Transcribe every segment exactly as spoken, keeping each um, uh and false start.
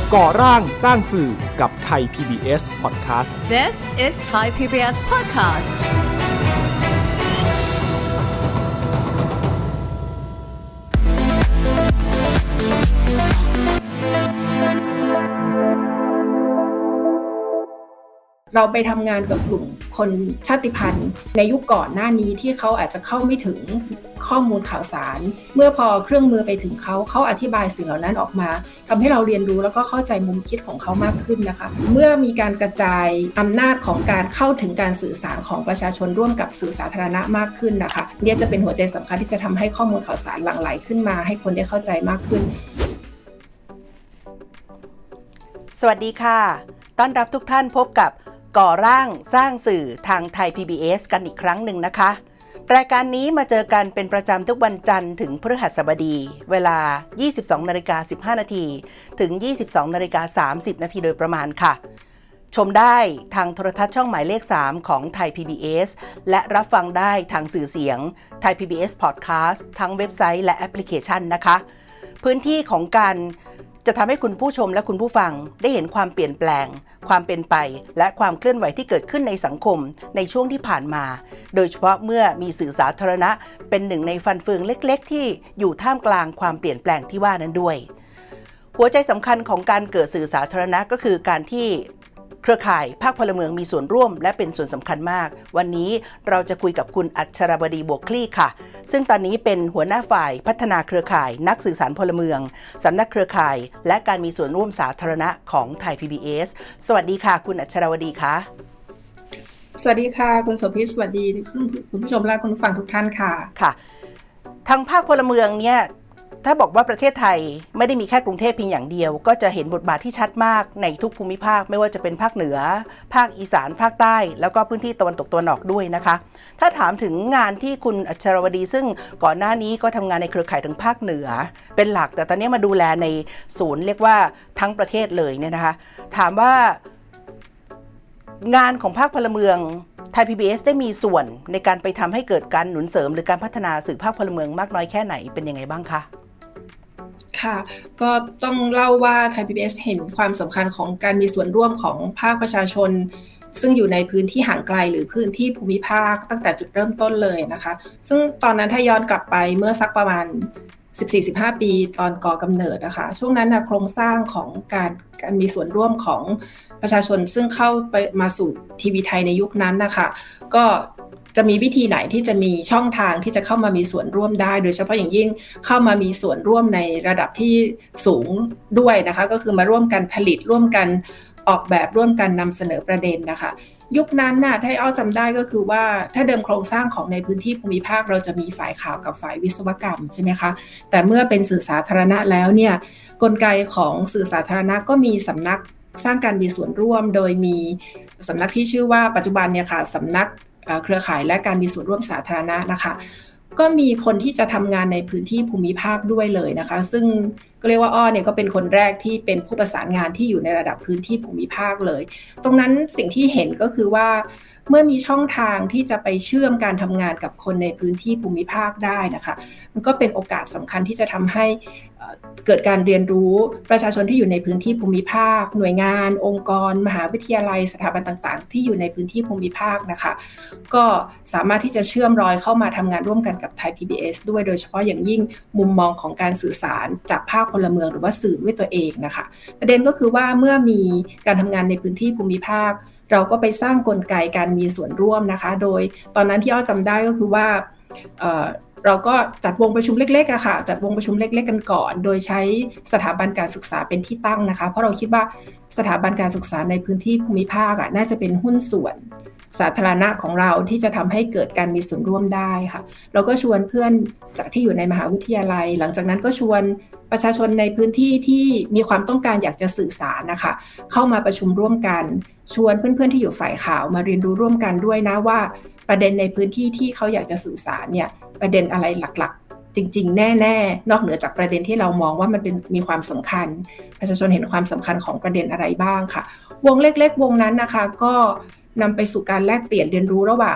ก่อร่างสร้างสื่อกับไทย พี บี เอส Podcast This is Thai พี บี เอส Podcast เราไปทำงานกับกลุ่มคนชาติพันธุ์ในยุคก่อนหน้านี้ที่เขาอาจจะเข้าไม่ถึงข้อมูลข่าวสารเมื่อพอเครื่องมือไปถึงเขาเขาอธิบายสิ่งเหล่านั้นออกมาทำให้เราเรียนรู้แล้วก็เข้าใจมุมคิดของเขามากขึ้นนะคะเมื่อมีการกระจายอำนาจของการเข้าถึงการสื่อสารของประชาชนร่วมกับสื่อสาธารณะมากขึ้นนะคะเนี่ยจะเป็นหัวใจสำคัญที่จะทำให้ข้อมูลข่าวสารหลั่งไหลขึ้นมาให้คนได้เข้าใจมากขึ้นสวัสดีค่ะต้อนรับทุกท่านพบกับก่อร่างสร้างสื่อทางไทย พี บี เอส กันอีกครั้งหนึ่งนะคะรายการนี้มาเจอกันเป็นประจำทุกวันจันทร์ถึงพฤหัสบดีเวลา ยี่สิบสองนาฬิกาสิบห้านาทีถึง ยี่สิบสองนาฬิกาสามสิบนาทีโดยประมาณค่ะชมได้ทางโทรทัศน์ช่องหมายเลขสามของไทย พี บี เอส และรับฟังได้ทางสื่อเสียงไทย พี บี เอส Podcast ทั้งเว็บไซต์และแอปพลิเคชันนะคะพื้นที่ของการจะทำให้คุณผู้ชมและคุณผู้ฟังได้เห็นความเปลี่ยนแปลงความเป็นไปและความเคลื่อนไหวที่เกิดขึ้นในสังคมในช่วงที่ผ่านมาโดยเฉพาะเมื่อมีสื่อสาธารณะเป็นหนึ่งในฟันเฟืองเล็กๆที่อยู่ท่ามกลางความเปลี่ยนแปลงที่ว่านั้นด้วยหัวใจสำคัญของการเกิดสื่อสาธารณะก็คือการที่เครือข่ายภาคพลเมืองมีส่วนร่วมและเป็นส่วนสำคัญมากวันนี้เราจะคุยกับคุณอัชรบดีบวกคลี่ค่ะซึ่งตอนนี้เป็นหัวหน้าฝ่ายพัฒนาเครือข่ายนักสื่อสารพลเมืองสำนักเครือข่ายและการมีส่วนร่วมสาธารณะของไทย พี บี เอส สวัสดีค่ะคุณอัชรบดีค่ะสวัสดีค่ะคุณโสภิตสวัสดีคุณผู้ชมและคุณผู้ฟังทุกท่านค่ะค่ะทางภาคพลเมืองเนี่ยถ้าบอกว่าประเทศไทยไม่ได้มีแค่กรุงเทพเพียงอย่างเดียวก็จะเห็นบทบาทที่ชัดมากในทุกภูมิภาคไม่ว่าจะเป็นภาคเหนือภาคอีสานภาคใต้แล้วก็พื้นที่ตะวันตกตะวันออกด้วยนะคะถ้าถามถึงงานที่คุณอัชรวดีซึ่งก่อนหน้านี้ก็ทำงานในเครือข่ายทางภาคเหนือเป็นหลักแต่ตอนนี้มาดูแลในศูนย์เรียกว่าทั้งประเทศเลยเนี่ยนะคะถามว่างานของภาคพลเมืองไทย พี บี เอส ได้มีส่วนในการไปทำให้เกิดการหนุนเสริมหรือการพัฒนาสื่อภาคพลเมืองมากน้อยแค่ไหนเป็นยังไงบ้างคะค่ะก็ต้องเล่าว่าไทย พี บี เอส เห็นความสำคัญของการมีส่วนร่วมของภาคประชาชนซึ่งอยู่ในพื้นที่ห่างไกลหรือพื้นที่ภูมิภาคตั้งแต่จุดเริ่มต้นเลยนะคะซึ่งตอนนั้นถ้าย้อนกลับไปเมื่อสักประมาณ สิบสี่ถึงสิบห้า ปีตอนก่อกำเนิดนะคะช่วงนั้นนะโครงสร้างของการการมีส่วนร่วมของประชาชนซึ่งเข้าไปมาสู่ทีวีไทยในยุคนั้นนะคะก็จะมีวิธีไหนที่จะมีช่องทางที่จะเข้ามามีส่วนร่วมได้โดยเฉพาะอย่างยิ่งเข้ามามีส่วนร่วมในระดับที่สูงด้วยนะคะก็คือมาร่วมกันผลิตร่วมกันออกแบบร่วมกันนำเสนอประเด็นนะคะยุคนั้นน่ะถ้าอ้อจำได้ก็คือว่าถ้าเดิมโครงสร้างของในพื้นที่ภูมิภาคเราจะมีฝ่ายข่าวกับฝ่ายวิศวกรรมใช่ไหมคะแต่เมื่อเป็นสื่อสาธารณะแล้วเนี่ยกลไกของสื่อสาธารณะก็มีสำนักสร้างการมีส่วนร่วมโดยมีสำนักที่ชื่อว่าปัจจุบันเนี่ยค่ะสำนักเครือข่ายและการมีส่วนร่วมสาธารณะนะคะก็มีคนที่จะทำงานในพื้นที่ภูมิภาคด้วยเลยนะคะซึ่งก็เรียกว่าอ้อเนี่ยก็เป็นคนแรกที่เป็นผู้ประสานงานที่อยู่ในระดับพื้นที่ภูมิภาคเลยตรงนั้นสิ่งที่เห็นก็คือว่าเมื่อมีช่องทางที่จะไปเชื่อมการทำงานกับคนในพื้นที่ภูมิภาคได้นะคะมันก็เป็นโอกาสสำคัญที่จะทำให้เกิดการเรียนรู้ประชาชนที่อยู่ในพื้นที่ภูมิภาคหน่วยงานองค์กรมหาวิทยาลัยสถาบันต่างๆที่อยู่ในพื้นที่ภูมิภาคนะคะก็สามารถที่จะเชื่อมรอยเข้ามาทำงานร่วมกันกับไทย พี บี เอส ด้วยโดยเฉพาะอย่างยิ่งมุมมองของการสื่อสารจากภาคพลเมืองหรือว่าสื่อด้วยตัวเองนะคะประเด็นก็คือว่าเมื่อมีการทำงานในพื้นที่ภูมิภาคเราก็ไปสร้างกลไกการมีส่วนร่วมนะคะโดยตอนนั้นที่อ้อจำได้ก็คือว่าเอ่อเราก็จัดวงประชุมเล็กๆอะค่ะจัดวงประชุมเล็กๆกันก่อนโดยใช้สถาบันการศึกษาเป็นที่ตั้งนะคะเพราะเราคิดว่าสถาบันการศึกษาในพื้นที่ภูมิภาคอะน่าจะเป็นหุ้นส่วนสาธารณะของเราที่จะทำให้เกิดการมีส่วนร่วมได้ค่ะเราก็ชวนเพื่อนจากที่อยู่ในมหาวิทยาลัยหลังจากนั้นก็ชวนประชาชนในพื้นที่ที่มีความต้องการอยากจะสื่อสารนะคะเข้ามาประชุมร่วมกันชวนเพื่อนๆที่อยู่ฝ่ายข่าวมาเรียนรู้ร่วมกันด้วยนะว่าประเด็นในพื้นที่ที่เขาอยากจะสื่อสารเนี่ยประเด็นอะไรหลักๆจริงๆแน่ๆนอกเหนือจากประเด็นที่เรามองว่ามันเป็นมีความสำคัญประชาชนเห็นความสำคัญของประเด็นอะไรบ้างค่ะวงเล็กๆวงนั้นนะคะก็นำไปสู่การแลกเปลี่ยนเรียนรู้ระหว่าง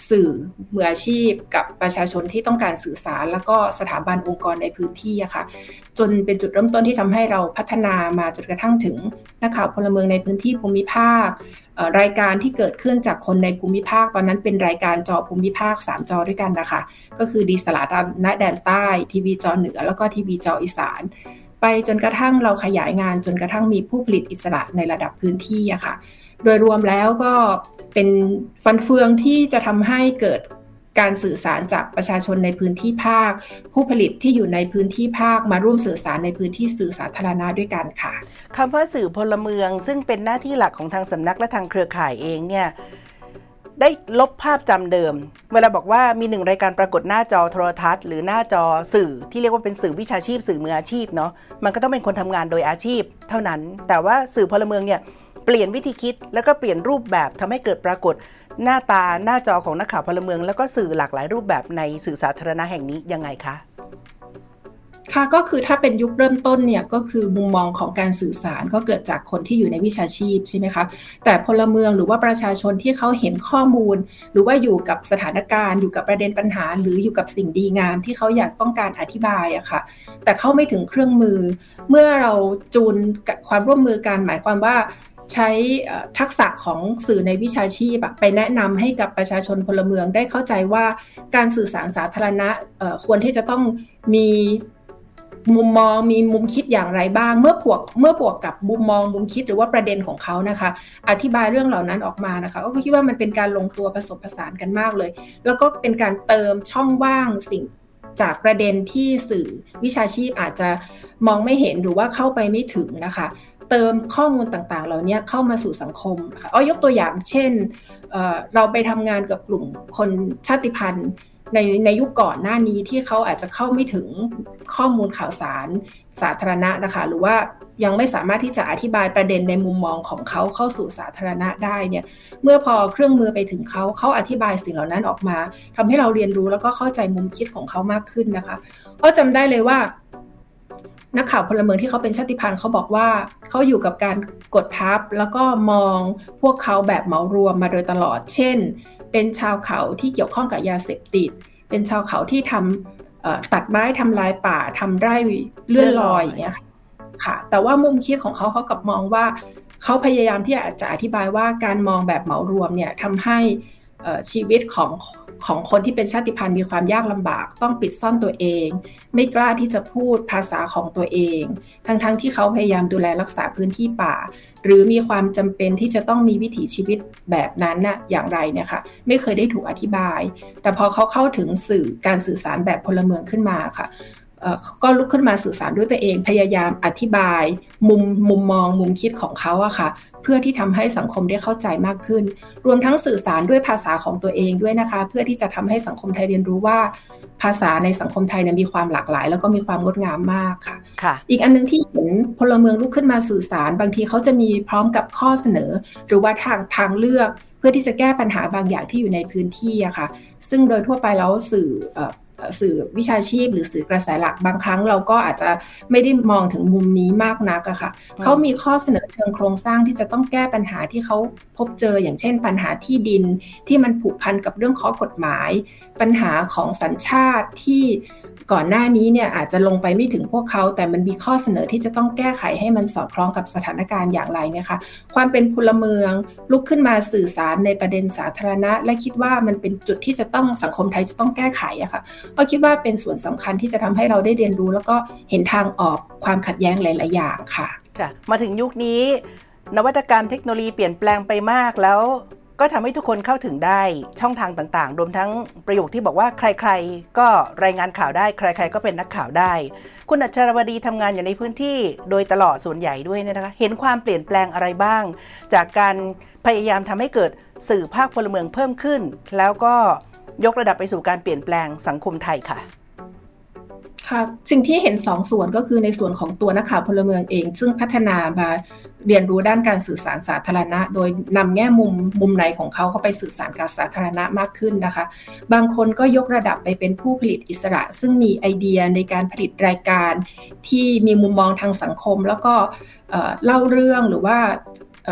สื่อมืออาชีพกับประชาชนที่ต้องการสื่อสารแล้วก็สถาบันองค์กรในพื้นที่อะค่ะจนเป็นจุดเริ่มต้นที่ทำให้เราพัฒนามาจนกระทั่งถึงนักข่าวพลเมืองในพื้นที่ภูมิภาครายการที่เกิดขึ้นจากคนในภูมิภาคตอนนั้นเป็นรายการจอภูมิภาคสามจอด้วยกันนะคะก็คือดีสลาดณแดนใต้ทีวีจอเหนือแล้วก็ทีวีจออีสานไปจนกระทั่งเราขยายงานจนกระทั่งมีผู้ผลิตอิสระในระดับพื้นที่อะค่ะโดยรวมแล้วก็เป็นฟันเฟืองที่จะทำให้เกิดการสื่อสารจากประชาชนในพื้นที่ภาคผู้ผลิตที่อยู่ในพื้นที่ภาคมาร่วมสื่อสารในพื้นที่สื่อสาธารณะด้วยกันค่ะคำว่าสื่อพลเมืองซึ่งเป็นหน้าที่หลักของทางสำนักและทางเครือข่ายเองเนี่ยได้ลบภาพจำเดิมเวลาบอกว่ามีหนึ่งรายการปรากฏหน้าจอโทรทัศน์หรือหน้าจอสื่อที่เรียกว่าเป็นสื่อวิชาชีพสื่อมืออาชีพเนาะมันก็ต้องเป็นคนทำงานโดยอาชีพเท่านั้นแต่ว่าสื่อพลเมืองเนี่ยเปลี่ยนวิธีคิดแล้วก็เปลี่ยนรูปแบบทำให้เกิดปรากฏหน้าตาหน้าจอของนักข่าวพลเมืองแล้วก็สื่อหลากหลายรูปแบบในสื่อสาธารณะแห่งนี้ยังไงคะค่ะก็คือถ้าเป็นยุคเริ่มต้นเนี่ยก็คือมุมมองของการสื่อสารก็เกิดจากคนที่อยู่ในวิชาชีพใช่ไหมคะแต่พลเมืองหรือว่าประชาชนที่เขาเห็นข้อมูลหรือว่าอยู่กับสถานการณ์อยู่กับประเด็นปัญหาหรืออยู่กับสิ่งดีงามที่เขาอยากต้องการอธิบายอะค่ะแต่เข้าไม่ถึงเครื่องมือเมื่อเราจูนความร่วมมือกันหมายความว่าใช้ทักษะของสื่อในวิชาชีพไปแนะนำให้กับประชาชนพลเมืองได้เข้าใจว่าการสื่อสารสาธารณะควรที่จะต้องมีมุมมองมีมุมคิดอย่างไรบ้างเมื่อบวกเมื่อบวกกับมุมมองมุมคิดหรือว่าประเด็นของเขานะคะอธิบายเรื่องเหล่านั้นออกมานะคะก็คิดว่ามันเป็นการลงตัวผสมผสานกันมากเลยแล้วก็เป็นการเติมช่องว่างสิ่งจากประเด็นที่สื่อวิชาชีพอาจจะมองไม่เห็นหรือว่าเข้าไปไม่ถึงนะคะเติมข้อมูลต่างๆเหล่านี้เข้ามาสู่สังคมค่ะเอายกตัวอย่างเช่น เอ่อ เราไปทำงานกับกลุ่มคนชาติพันธุ์ในในยุคก่อนหน้านี้ที่เขาอาจจะเข้าไม่ถึงข้อมูลข่าวสารสาธารณะนะคะหรือว่ายังไม่สามารถที่จะอธิบายประเด็นในมุมมองของเขาเข้าสู่สาธารณะได้เนี่ยเมื่อพอเครื่องมือไปถึงเขาเขาอธิบายสิ่งเหล่านั้นออกมาทำให้เราเรียนรู้แล้วก็เข้าใจมุมคิดของเขามากขึ้นนะคะก็จำได้เลยว่านักข่าวพลเมืองที่เขาเป็นชาติพันธุ์เขาบอกว่าเขาอยู่กับการกดทับแล้วก็มองพวกเขาแบบเหมารวมมาโดยตลอดเช่นเป็นชาวเขาที่เกี่ยวข้องกับยาเสพติดเป็นชาวเขาที่ทำตัดไม้ทำลายป่าทำไร่เลื่อนลอยอย่างเงี้ยค่ะแต่ว่ามุมคิดของเขาเขากลับมองว่าเขาพยายามที่จะอธิบายว่าการมองแบบเหมารวมเนี่ยทำให้ชีวิตของของคนที่เป็นชาติพันธุ์มีความยากลำบากต้องปิดซ่อนตัวเองไม่กล้าที่จะพูดภาษาของตัวเองทั้งๆ ท, ที่เขาพยายามดูแลรักษาพื้นที่ป่าหรือมีความจำเป็นที่จะต้องมีวิถีชีวิตแบบนั้นน่ะอย่างไรเนี่ยค่ะไม่เคยได้ถูกอธิบายแต่พอเขาเข้าถึงสื่อการสื่อสารแบบพลเมืองขึ้นมาค่ะก็ลุกขึ้นมาสื่อสารด้วยตัวเองพยายามอธิบายมุมมุมมองมุมคิดของเขาอะค่ะเพื่อที่ทำให้สังคมได้เข้าใจมากขึ้นรวมทั้งสื่อสารด้วยภาษาของตัวเองด้วยนะคะเพื่อที่จะทำให้สังคมไทยเรียนรู้ว่าภาษาในสังคมไทยเนี่ยมีความหลากหลายแล้วก็มีความงดงามมากค่ะค่ะอีกอันนึงที่เห็นพลเมืองลุกขึ้นมาสื่อสารบางทีเขาจะมีพร้อมกับข้อเสนอหรือว่าทางทางเลือกเพื่อที่จะแก้ปัญหาบางอย่างที่อยู่ในพื้นที่อะค่ะซึ่งโดยทั่วไปแล้วสื่อสื่อวิชาชีพหรือสื่อกระแสหลักบางครั้งเราก็อาจจะไม่ได้มองถึงมุมนี้มากนักอะค่ะเขามีข้อเสนอเชิงโครงสร้างที่จะต้องแก้ปัญหาที่เขาพบเจออย่างเช่นปัญหาที่ดินที่มันผูกพันกับเรื่องข้อกฎหมายปัญหาของสัญชาติที่ก่อนหน้านี้เนี่ยอาจจะลงไปไม่ถึงพวกเขาแต่มันมีข้อเสนอที่จะต้องแก้ไขให้มันสอดคล้องกับสถานการณ์อย่างไรเนี่ยค่ะความเป็นพลเมืองลุกขึ้นมาสื่อสารในประเด็นสาธารณะและคิดว่ามันเป็นจุดที่จะต้องสังคมไทยจะต้องแก้ไขอะค่ะก็คิดว่าเป็นส่วนสำคัญที่จะทำให้เราได้เรียนรู้แล้วก็เห็นทางออกความขัดแย้งหลายๆอย่างค่ะค่ะมาถึงยุคนี้นวัตกรรมเทคโนโลยีเปลี่ยนแปลงไปมากแล้วก็ทำให้ทุกคนเข้าถึงได้ช่องทางต่างๆรวมทั้งประโยคที่บอกว่าใครๆก็รายงานข่าวได้ใครๆก็เป็นนักข่าวได้คุณอัชรวดีทำงานอยู่ในพื้นที่โดยตลอดส่วนใหญ่ด้วยนะคะเห็นความเปลี่ยนแปลงอะไรบ้างจากการพยายามทำให้เกิดสื่อภาคพลเมืองเพิ่มขึ้นแล้วก็ยกระดับไปสู่การเปลี่ยนแปลงสังคมไทยค่ะค่ะสิ่งที่เห็นสองส่วนก็คือในส่วนของตัวนักข่าวพลเมืองเองซึ่งพัฒนามาเรียนรู้ด้านการสื่อสารสาธารณะโดยนำแง่มุมมุมในของเขาเข้าไปสื่อสารกับสาธารณะมากขึ้นนะคะบางคนก็ยกระดับไปเป็นผู้ผลิตอิสระซึ่งมีไอเดียในการผลิตรายการที่มีมุมมองทางสังคมแล้วก็เอ่อเล่าเรื่องหรือว่าเอ่อ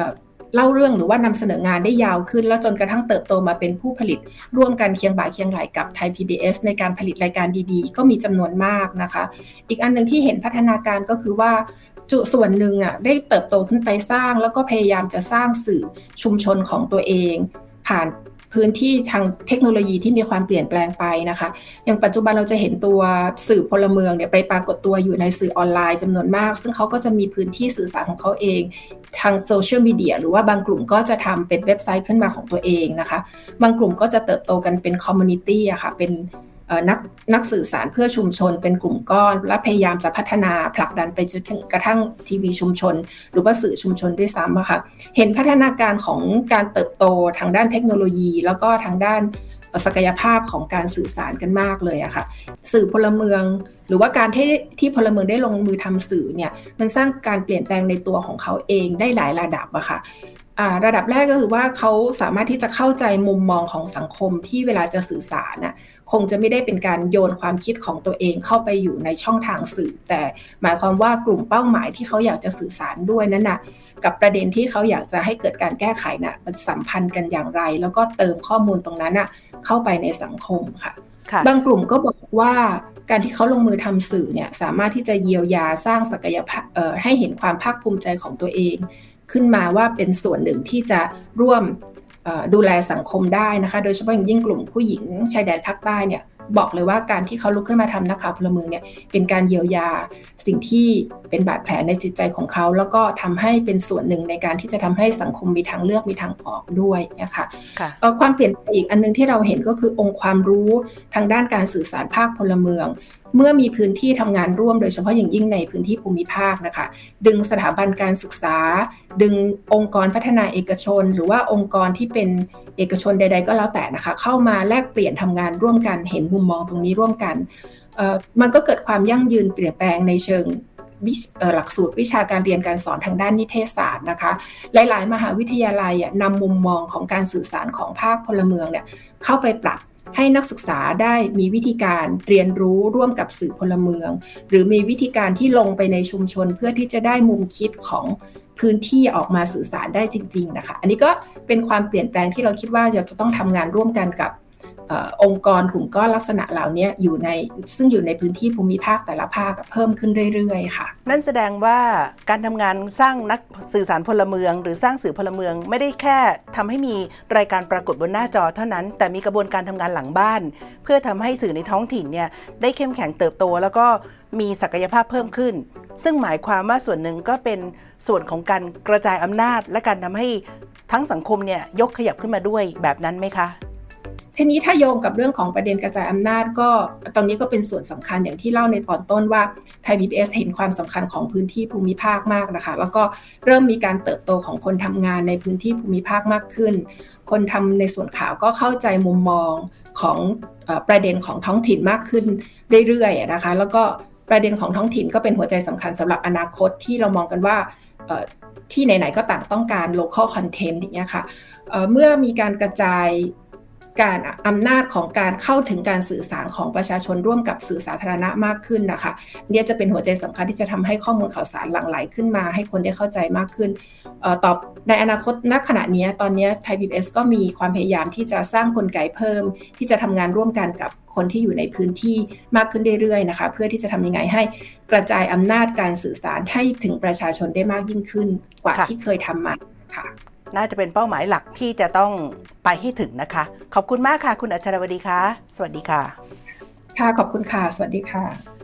เล่าเรื่องหรือว่านำเสนองานได้ยาวขึ้นแล้วจนกระทั่งเติบโตมาเป็นผู้ผลิตร่วมกันเคียงบ่าเคียงไหล่กับไทย พี บี เอส ในการผลิตรายการดีๆก็มีจำนวนมากนะคะอีกอันนึงที่เห็นพัฒนาการก็คือว่าจุส่วนหนึ่งอ่ะได้เติบโตขึ้นไปสร้างแล้วก็พยายามจะสร้างสื่อชุมชนของตัวเองผ่านพื้นที่ทางเทคโนโลยีที่มีความเปลี่ยนแปลงไปนะคะอย่างปัจจุบันเราจะเห็นตัวสื่อพลเมืองเนี่ยไปปรากฏตัวอยู่ในสื่อออนไลน์จำนวนมากซึ่งเขาก็จะมีพื้นที่สื่อสารของเขาเองทางโซเชียลมีเดียหรือว่าบางกลุ่มก็จะทำเป็นเว็บไซต์ขึ้นมาของตัวเองนะคะบางกลุ่มก็จะเติบโตกันเป็นคอมมูนิตี้อะค่ะเป็นนักนักสื่อสารเพื่อชุมชนเป็นกลุ่มก้อนและพยายามจะพัฒนาผลักดันไปจนถึงกระทั่งทีวีชุมชนหรือว่าสื่อชุมชนด้วยซ้ำอะค่ะเห็นพัฒนาการของการเติบโตทางด้านเทคโนโลยีแล้วก็ทางด้านศักยภาพของการสื่อสารกันมากเลยอะค่ะสื่อพลเมืองหรือว่าการที่ที่พลเมืองได้ลงมือทำสื่อเนี่ยมันสร้างการเปลี่ยนแปลงในตัวของเขาเองได้หลายระดับอะค่ะระดับแรกก็คือว่าเขาสามารถที่จะเข้าใจมุมมองของสังคมที่เวลาจะสื่อสารน่ะคงจะไม่ได้เป็นการโยนความคิดของตัวเองเข้าไปอยู่ในช่องทางสื่อแต่หมายความว่ากลุ่มเป้าหมายที่เขาอยากจะสื่อสารด้วยนั้นน่ะกับประเด็นที่เขาอยากจะให้เกิดการแก้ไขน่ะมันสัมพันธ์กันอย่างไรแล้วก็เติมข้อมูลตรงนั้นน่ะเข้าไปในสังคมค่ะบางกลุ่มก็บอกว่าการที่เขาลงมือทำสื่อเนี่ยสามารถที่จะเยียวยาสร้างศักยภาพให้เห็นความภาคภูมิใจของตัวเองขึ้นมาว่าเป็นส่วนหนึ่งที่จะร่วมดูแลสังคมได้นะคะโดยเฉพาะอย่างยิ่งกลุ่มผู้หญิงชายแดนภาคใต้เนี่ยบอกเลยว่าการที่เขาลุกขึ้นมาทำนักข่าวพลเมืองเนี่ยเป็นการเยียวยาสิ่งที่เป็นบาดแผลในจิตใจของเขาแล้วก็ทำให้เป็นส่วนหนึ่งในการที่จะทำให้สังคมมีทางเลือกมีทางออกด้วยนะคะความเปลี่ยนแปลงอีกอันนึงที่เราเห็นก็คือองค์ความรู้ทางด้านการสื่อสารภาคพลเมืองเมื่อมีพื้นที่ทำงานร่วมโดยเฉพาะอย่างยิ่งในพื้นที่ภูมิภาคนะคะดึงสถาบันการศึกษาดึงองค์กรพัฒนาเอกชนหรือว่าองค์กรที่เป็นเอกชนใดๆก็แล้วแต่นะคะเข้ามาแลกเปลี่ยนทำงานร่วมกันเห็นมุมมองตรงนี้ร่วมกันมันก็เกิดความยั่งยืนเปลี่ยนแปลงในเชิงหลักสูตรวิชาการเรียนการสอนทางด้านนิเทศศาสตร์นะคะหลายๆมหาวิทยาลัยนำมุมมองของการสื่อสารของภาคพลเมืองเนี่ยเข้าไปปรับให้นักศึกษาได้มีวิธีการเรียนรู้ร่วมกับสื่อพลเมืองหรือมีวิธีการที่ลงไปในชุมชนเพื่อที่จะได้มุมคิดของพื้นที่ออกมาสื่อสารได้จริงๆนะคะอันนี้ก็เป็นความเปลี่ยนแปลงที่เราคิดว่าเราจะต้องทำงานร่วมกันกับอองค์กรกลุ่มก้อนลักษณะเหล่านี้อยู่ในซึ่งอยู่ในพื้นที่ภูมิภาคแต่ละภาคเพิ่มขึ้นเรื่อยๆค่ะนั่นแสดงว่าการทำงานสร้างนักสื่อสารพลเมืองหรือสร้างสื่อพลเมืองไม่ได้แค่ทำให้มีรายการปรากฏบนหน้าจอเท่านั้นแต่มีกระบวนการทำงานหลังบ้านเพื่อทำให้สื่อในท้องถิ่นเนี่ยได้เข้มแข็งเติบโตแล้วก็มีศักยภาพเพิ่มขึ้นซึ่งหมายความว่าส่วนหนึ่งก็เป็นส่วนของการกระจายอำนาจและการทำให้ทั้งสังคมเนี่ยยกขยับขึ้นมาด้วยแบบนั้นไหมคะทีนี้ถ้าโยงกับเรื่องของประเด็นกระจายอำนาจก็ตอนนี้ก็เป็นส่วนสำคัญอย่างที่เล่าในตอนต้นว่าไทย พี บี เอส เห็นความสำคัญของพื้นที่ภูมิภาคมากนะคะแล้วก็เริ่มมีการเติบโตของคนทำงานในพื้นที่ภูมิภาคมากขึ้นคนทำในส่วนข่าวก็เข้าใจมุมมองของประเด็นของท้องถิ่นมากขึ้นเรื่อยๆนะคะแล้วก็ประเด็นของท้องถิ่นก็เป็นหัวใจสำคัญสำหรับอนาคตที่เรามองกันว่าที่ไหนๆก็ต่างต้องการ local content อย่างเงี้ยค่ะเมื่อมีการกระจายการอำนาจของการเข้าถึงการสื่อสารของประชาชนร่วมกับสื่อสาธารณะมากขึ้นนะคะนี่จะเป็นหัวใจสำคัญที่จะทำให้ข้อมูลข่าวสารหลั่งไหลขึ้นมาให้คนได้เข้าใจมากขึ้นตอบในอนาคตณขณะนี้ตอนนี้ไทย พี บี เอส ก็มีความพยายามที่จะสร้างกลไกเพิ่มที่จะทำงานร่วมกันกับคนที่อยู่ในพื้นที่มากขึ้นเรื่อยๆนะคะเพื่อที่จะทำยังไงให้กระจายอำนาจการสื่อสารให้ถึงประชาชนได้มากยิ่งขึ้นกว่าที่เคยทำมาค่ะน่าจะเป็นเป้าหมายหลักที่จะต้องไปให้ถึงนะคะขอบคุณมากค่ะคุณอัชรวดีค่ะสวัสดีค่ะค่ะขอบคุณค่ะสวัสดีค่ะ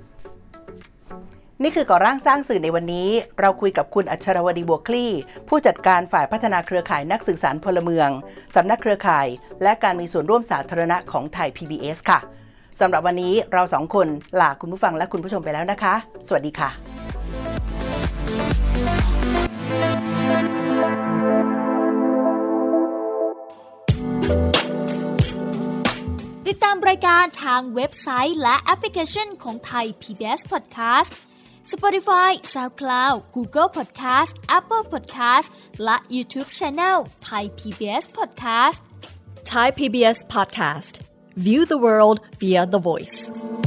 นี่คือก่อร่างสร้างสื่อในวันนี้เราคุยกับคุณอัชรวดีบัวคลี่ผู้จัดการฝ่ายพัฒนาเครือข่ายนักสื่อสารพลเมืองสำนักเครือข่ายและการมีส่วนร่วมสาธารณะของไทย พี บี เอส ค่ะสำหรับวันนี้เราสองคนลาคุณผู้ฟังและคุณผู้ชมไปแล้วนะคะสวัสดีค่ะติดตามรายการทางเว็บไซต์และแอปพลิเคชันของไทย พี บี เอส Podcast Spotify, SoundCloud, Google Podcast, Apple Podcast และ YouTube Channel Thai พี บี เอส Podcast Thai พี บี เอส Podcast View the world via the voice